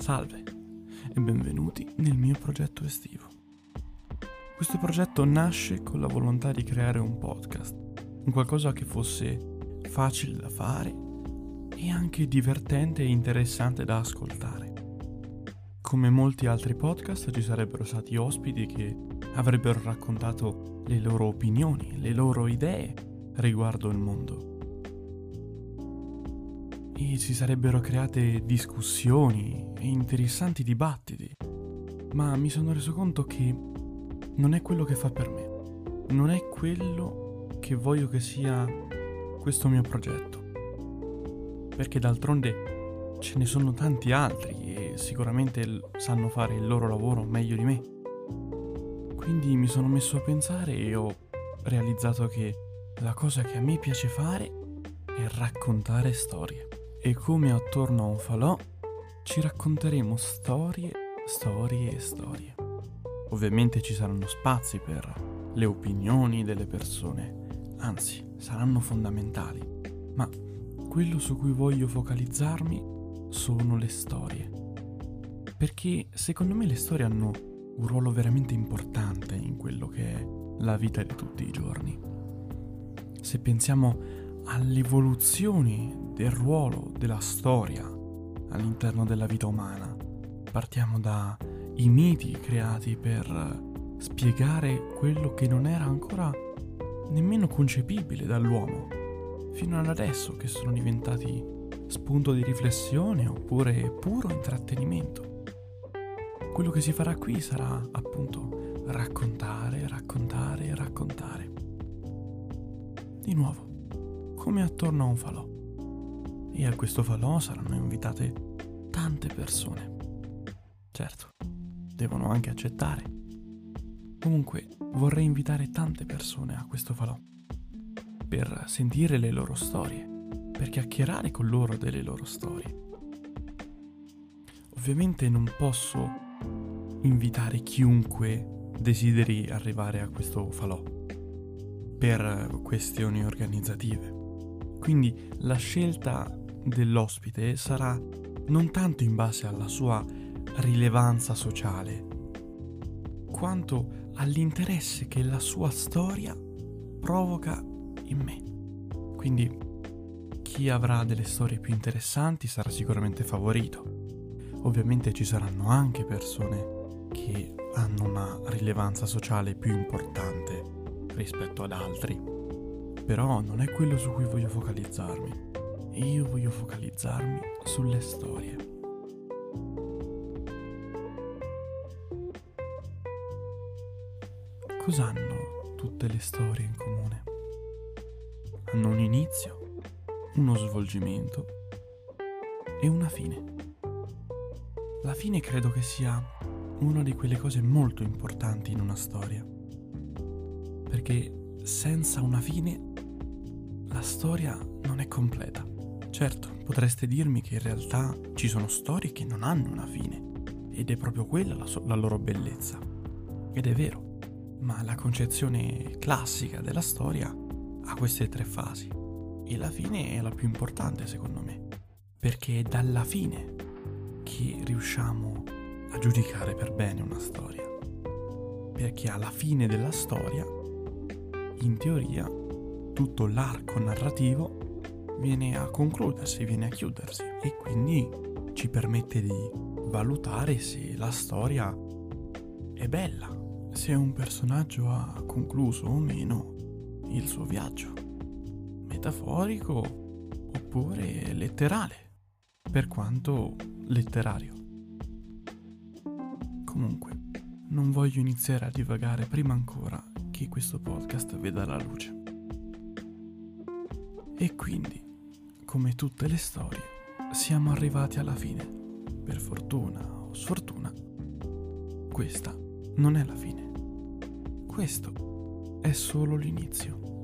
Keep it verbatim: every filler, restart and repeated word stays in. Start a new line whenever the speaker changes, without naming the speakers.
Salve e benvenuti nel mio progetto estivo. Questo progetto nasce con la volontà di creare un podcast, un qualcosa che fosse facile da fare e anche divertente e interessante da ascoltare. Come molti altri podcast ci sarebbero stati ospiti che avrebbero raccontato le loro opinioni, le loro idee riguardo il mondo. E si sarebbero create discussioni e interessanti dibattiti, ma mi sono reso conto che non è quello che fa per me, non è quello che voglio che sia questo mio progetto, perché d'altronde ce ne sono tanti altri e sicuramente sanno fare il loro lavoro meglio di me. Quindi mi sono messo a pensare e ho realizzato che la cosa che a me piace fare è raccontare storie. E come attorno a un falò ci racconteremo storie, storie e storie. Ovviamente ci saranno spazi per le opinioni delle persone, anzi saranno fondamentali, ma quello su cui voglio focalizzarmi sono le storie. Perché secondo me le storie hanno un ruolo veramente importante in quello che è la vita di tutti i giorni. Se pensiamo alle evoluzioni del ruolo della storia all'interno della vita umana, partiamo dai miti creati per spiegare quello che non era ancora nemmeno concepibile dall'uomo, fino ad adesso che sono diventati spunto di riflessione oppure puro intrattenimento. Quello che si farà qui sarà appunto raccontare, raccontare e raccontare. Di nuovo, come attorno a un falò. E a questo falò saranno invitate tante persone. Certo, devono anche accettare. Comunque, vorrei invitare tante persone a questo falò per sentire le loro storie, per chiacchierare con loro delle loro storie. Ovviamente non posso invitare chiunque desideri arrivare a questo falò per questioni organizzative. Quindi la scelta dell'ospite sarà non tanto in base alla sua rilevanza sociale, quanto all'interesse che la sua storia provoca in me. Quindi chi avrà delle storie più interessanti sarà sicuramente favorito. Ovviamente ci saranno anche persone che hanno una rilevanza sociale più importante rispetto ad altri. Però non è quello su cui voglio focalizzarmi. Io voglio focalizzarmi sulle storie. Cos'hanno tutte le storie in comune? Hanno un inizio, uno svolgimento e una fine. La fine credo che sia una di quelle cose molto importanti in una storia. Perché senza una fine la storia non è completa. Certo, potreste dirmi che in realtà ci sono storie che non hanno una fine ed è proprio quella la, so- la loro bellezza. Ed è vero, ma la concezione classica della storia ha queste tre fasi e la fine è la più importante secondo me, perché è dalla fine che riusciamo a giudicare per bene una storia. Perché alla fine della storia, in teoria, tutto l'arco narrativo viene a concludersi, viene a chiudersi e quindi ci permette di valutare se la storia è bella, se un personaggio ha concluso o meno il suo viaggio, metaforico oppure letterale, per quanto letterario. Comunque, non voglio iniziare a divagare prima ancora che questo podcast veda la luce. E quindi, come tutte le storie, siamo arrivati alla fine. Per fortuna o sfortuna, questa non è la fine. Questo è solo l'inizio.